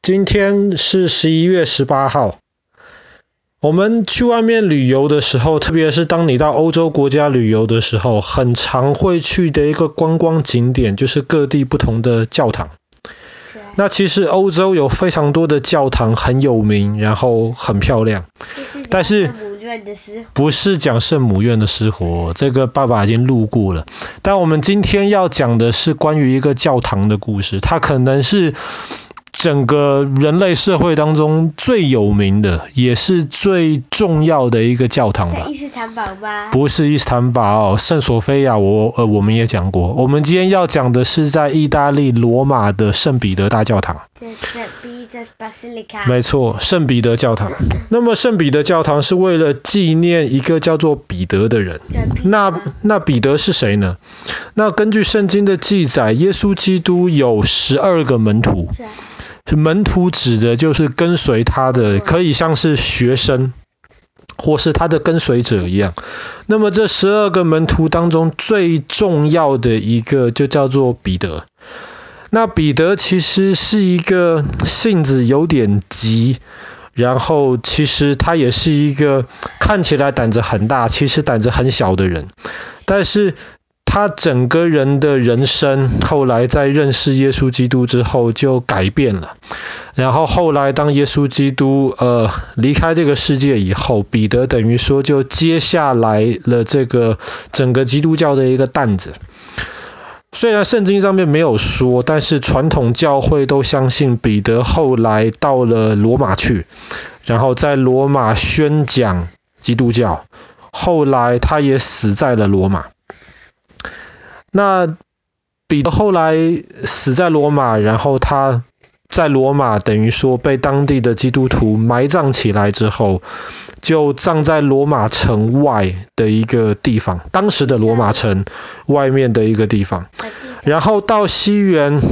今天是11月18号。我们去外面旅游的时候，特别是当你到欧洲国家旅游的时候，很常会去的一个观光景点就是各地不同的教堂。那其实欧洲有非常多的教堂很有名，然后很漂亮。但是不是讲圣母院的失火，这个爸爸已经路过了。但我们今天要讲的是关于一个教堂的故事，它可能是整个人类社会当中最有名的，也是最重要的一个教堂吧。 伊斯坦堡吗？ 不是伊斯坦堡，圣索菲亚我们也讲过。我们今天要讲的是在意大利罗马的圣彼得大教堂。没错，圣彼得教堂。那么圣彼得教堂是为了纪念一个叫做彼得的人。那彼得是谁呢？那根据圣经的记载，耶稣基督有12个门徒。门徒指的就是跟随他的，可以像是学生或是他的跟随者一样。那么这12个门徒当中最重要的一个就叫做彼得。那彼得其实是一个性子有点急，然后其实他也是一个看起来胆子很大，其实胆子很小的人。但是他整个人的人生后来在认识耶稣基督之后就改变了。然后后来当耶稣基督离开这个世界以后，彼得等于说就接下来了这个整个基督教的一个担子。虽然圣经上面没有说，但是传统教会都相信彼得后来到了罗马去，然后在罗马宣讲基督教，后来他也死在了罗马。那彼得后来死在罗马，然后他在罗马等于说被当地的基督徒埋葬起来之后，就葬在罗马城外的一个地方，当时的罗马城外面的一个地方。然后到西元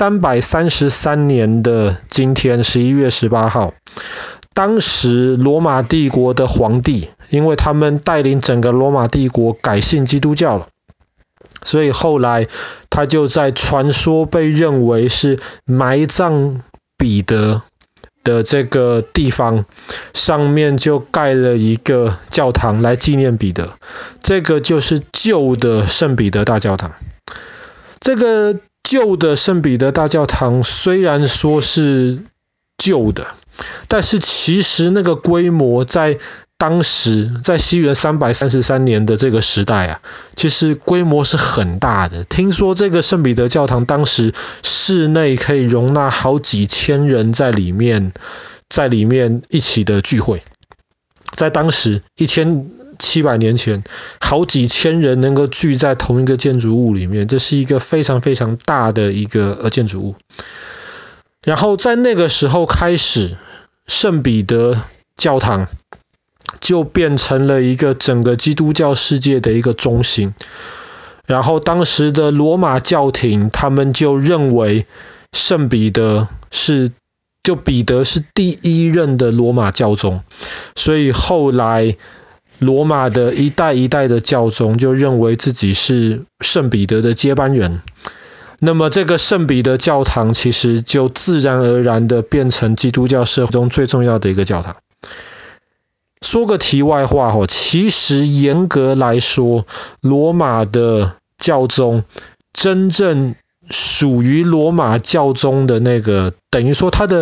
333年的今天11月18号，当时罗马帝国的皇帝，因为他们带领整个罗马帝国改信基督教了，所以后来他就在传说被认为是埋葬彼得的这个地方上面就盖了一个教堂来纪念彼得。这个就是旧的圣彼得大教堂。这个旧的圣彼得大教堂虽然说是旧的，但是其实那个规模在当时在西元333年的这个时代啊，其实规模是很大的。听说这个圣彼得教堂当时室内可以容纳好几千人在里面一起的聚会。在当时1700年前，好几千人能够聚在同一个建筑物里面，这是一个非常非常大的一个建筑物。然后在那个时候开始，圣彼得教堂就变成了一个整个基督教世界的一个中心。然后当时的罗马教廷他们就认为圣彼得是第一任的罗马教宗，所以后来罗马的一代一代的教宗就认为自己是圣彼得的接班人。那么这个圣彼得教堂其实就自然而然的变成基督教社会中最重要的一个教堂。说个题外话，其实严格来说，罗马的教宗真正属于罗马教宗的那个，等于说他的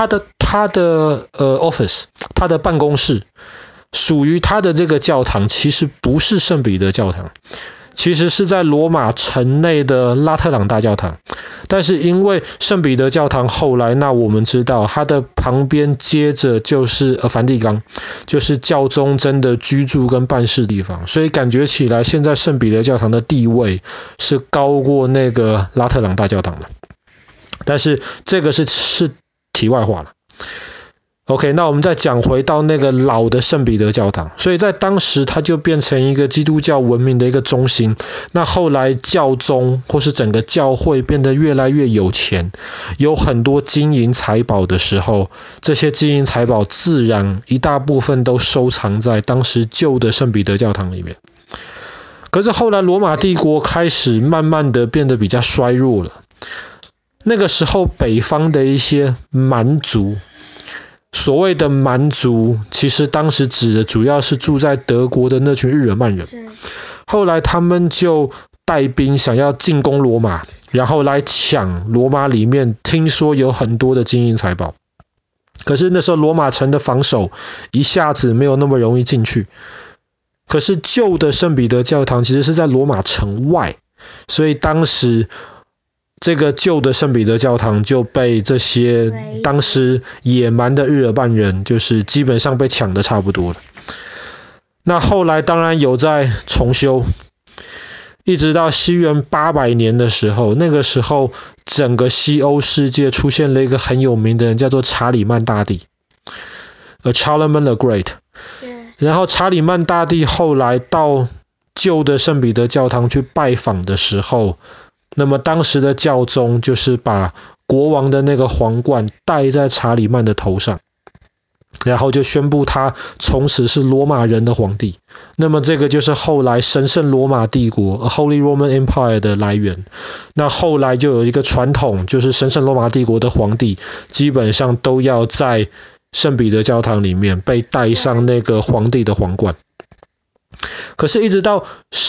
office， 他的办公室属于他的这个教堂其实不是圣彼得教堂，其实是在罗马城内的拉特朗大教堂。但是因为圣彼得教堂后来，那我们知道它的旁边接着就是梵蒂冈，就是教宗真的居住跟办事地方，所以感觉起来现在圣彼得教堂的地位是高过那个拉特朗大教堂的。但是这个是题外话了。OK， 那我们再讲回到那个老的圣彼得教堂。所以在当时它就变成一个基督教文明的一个中心。那后来教宗或是整个教会变得越来越有钱，有很多金银财宝的时候，这些金银财宝自然一大部分都收藏在当时旧的圣彼得教堂里面。可是后来罗马帝国开始慢慢的变得比较衰弱了。 那个时候北方的一些蛮族，所谓的蛮族其实当时指的主要是住在德国的那群日耳曼人，后来他们就带兵想要进攻罗马，然后来抢罗马里面听说有很多的金银财宝。可是那时候罗马城的防守一下子没有那么容易进去，可是旧的圣彼得教堂其实是在罗马城外，所以当时这个旧的圣彼得教堂就被这些当时野蛮的日耳曼人就是基本上被抢的差不多了。那后来当然有在重修，一直到西元800年的时候，那个时候整个西欧世界出现了一个很有名的人，叫做查理曼大帝 Charlemagne the Great。 然后查理曼大帝后来到旧的圣彼得教堂去拜访的时候，那么当时的教宗就是把国王的那个皇冠戴在查理曼的头上，然后就宣布他从此是罗马人的皇帝。那么这个就是后来神圣罗马帝国 Holy Roman Empire 的来源。那后来就有一个传统，就是神圣罗马帝国的皇帝基本上都要在圣彼得教堂里面被戴上那个皇帝的皇冠。可是一直到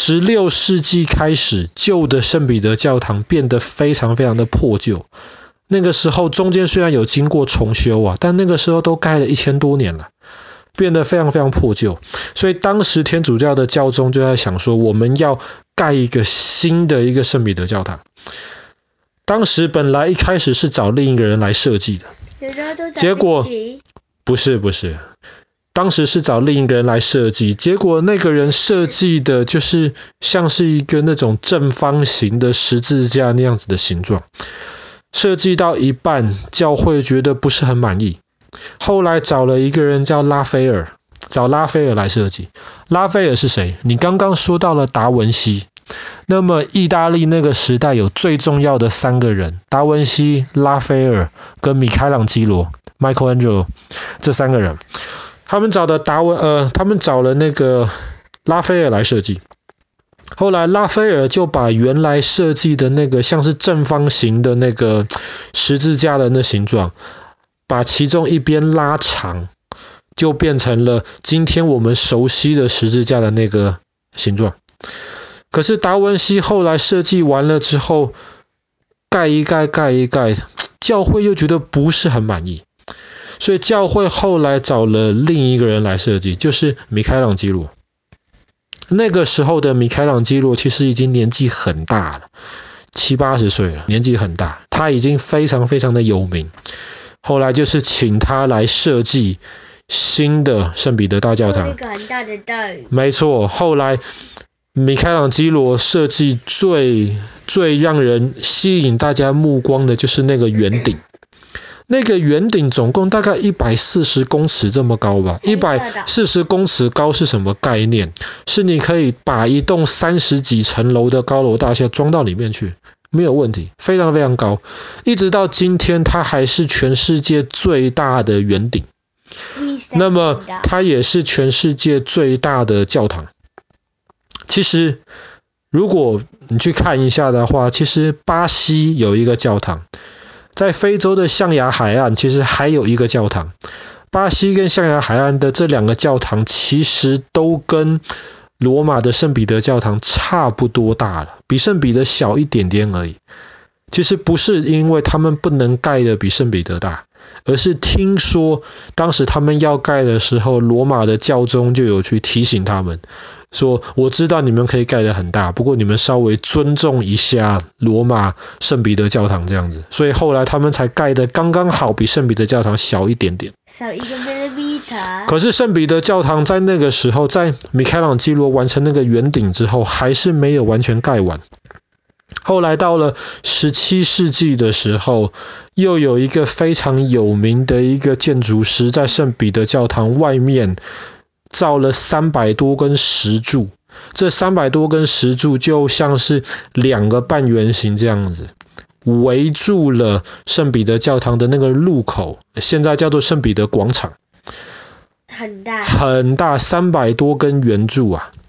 16世纪开始，旧的圣彼得教堂变得非常非常的破旧。那个时候中间虽然有经过重修啊，但那个时候都盖了1000多年了，变得非常非常破旧。所以当时天主教的教宗就在想说，我们要盖一个新的一个圣彼得教堂。当时本来一开始是找另一个人来设计的，结果不是，当时是找另一个人来设计，结果那个人设计的就是像是一个那种正方形的十字架那样子的形状，设计到一半教会觉得不是很满意，后来找了一个人叫拉斐尔，找拉斐尔来设计。拉斐尔是谁？你刚刚说到了达文西，那么意大利那个时代有最重要的3个人，达文西、拉斐尔跟米开朗基罗 Michelangelo， 这3个人，他们找了那个拉斐尔来设计。后来拉斐尔就把原来设计的那个像是正方形的那个十字架的那形状，把其中一边拉长，就变成了今天我们熟悉的十字架的那个形状。可是达文西后来设计完了之后，盖一盖，教会又觉得不是很满意，所以教会后来找了另一个人来设计，就是米开朗基罗。那个时候的米开朗基罗其实已经年纪很大了，70-80岁了，年纪很大，他已经非常非常的有名。后来就是请他来设计新的圣彼得大教堂。没错，后来米开朗基罗设计最让人吸引大家目光的就是那个圆顶。那个圆顶总共大概140公尺这么高吧，140公尺高是什么概念？是你可以把一栋30几层楼的高楼大厦装到里面去，没有问题，非常非常高。一直到今天它还是全世界最大的圆顶，那么它也是全世界最大的教堂。其实如果你去看一下的话，其实巴西有一个教堂，在非洲的象牙海岸其实还有一个教堂。巴西跟象牙海岸的这2个教堂其实都跟罗马的圣彼得教堂差不多大了，比圣彼得小一点点而已。其实不是因为他们不能盖的比圣彼得大，而是听说当时他们要盖的时候，罗马的教宗就有去提醒他们说，我知道你们可以盖得很大，不过你们稍微尊重一下罗马圣彼得教堂这样子，所以后来他们才盖得刚刚好，比圣彼得教堂小一点点。可是圣彼得教堂在那个时候，在米开朗基罗完成那个圆顶之后，还是没有完全盖完。后来到了17世纪的时候，又有一个非常有名的一个建筑师在圣彼得教堂外面造了300多根石柱，这300多根石柱就像是2个半圆形这样子，围住了圣彼得教堂的那个入口，现在叫做圣彼得广场。很大300多根圆柱啊，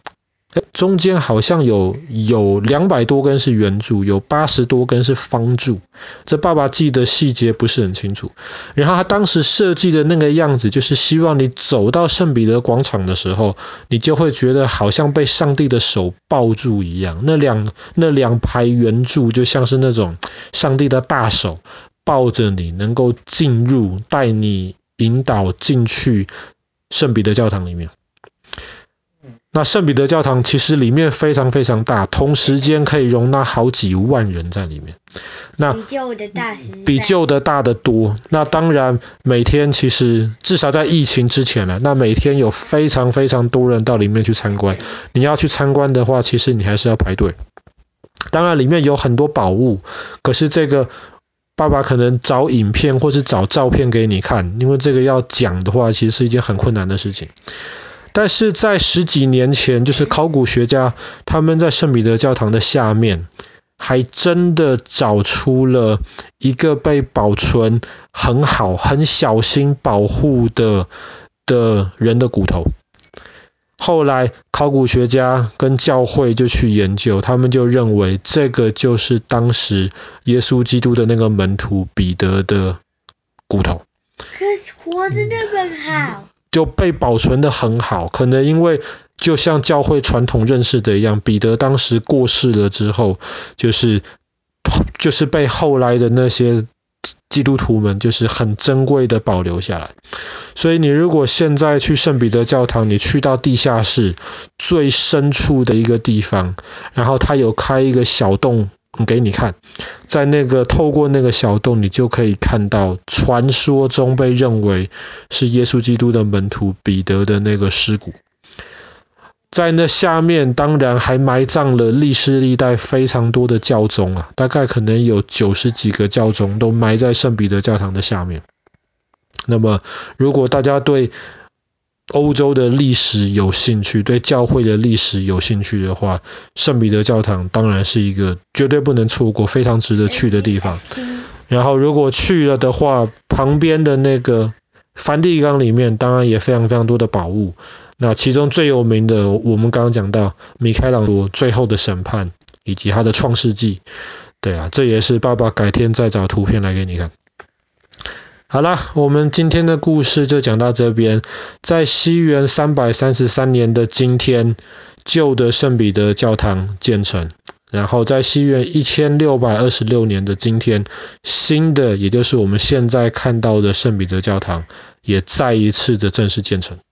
中间好像有200多根是圆柱，有80多根是方柱，这爸爸记得细节不是很清楚。然后他当时设计的那个样子，就是希望你走到圣彼得广场的时候，你就会觉得好像被上帝的手抱住一样，那两排圆柱就像是那种上帝的大手抱着你，能够进入，带你引导进去圣彼得教堂里面。那圣彼得教堂其实里面非常非常大，同时间可以容纳好几万人在里面。那比旧的大得多。那当然每天其实至少在疫情之前了，那每天有非常非常多人到里面去参观。你要去参观的话，其实你还是要排队。当然里面有很多宝物，可是这个爸爸可能找影片或是找照片给你看，因为这个要讲的话，其实是一件很困难的事情。但是在10几年前，就是考古学家他们在圣彼得教堂的下面，还真的找出了一个被保存很好、很小心保护的人的骨头。后来考古学家跟教会就去研究，他们就认为这个就是当时耶稣基督的那个门徒彼得的骨头。 可是活着那么好。 就被保存得很好，可能因为就像教会传统认识的一样，彼得当时过世了之后，就是被后来的那些基督徒们就是很珍贵的保留下来。所以你如果现在去圣彼得教堂，你去到地下室最深处的一个地方，然后他有开一个小洞给你看，在透过那个小洞，你就可以看到传说中被认为是耶稣基督的门徒彼得的那个尸骨。在那下面当然还埋葬了历世历代非常多的教宗啊，大概可能有90几个教宗都埋在圣彼得教堂的下面。那么如果大家对欧洲的历史有兴趣，对教会的历史有兴趣的话，圣彼得教堂当然是一个绝对不能错过、非常值得去的地方。然后如果去了的话，旁边的那个梵蒂冈里面当然也非常非常多的宝物。那其中最有名的，我们刚刚讲到米开朗多最后的审判以及他的创世纪。对啊，这也是爸爸改天再找图片来给你看。好啦，我们今天的故事就讲到这边。在西元333年的今天，旧的圣彼得教堂建成。然后在西元1626年的今天，新的也就是我们现在看到的圣彼得教堂也再一次的正式建成。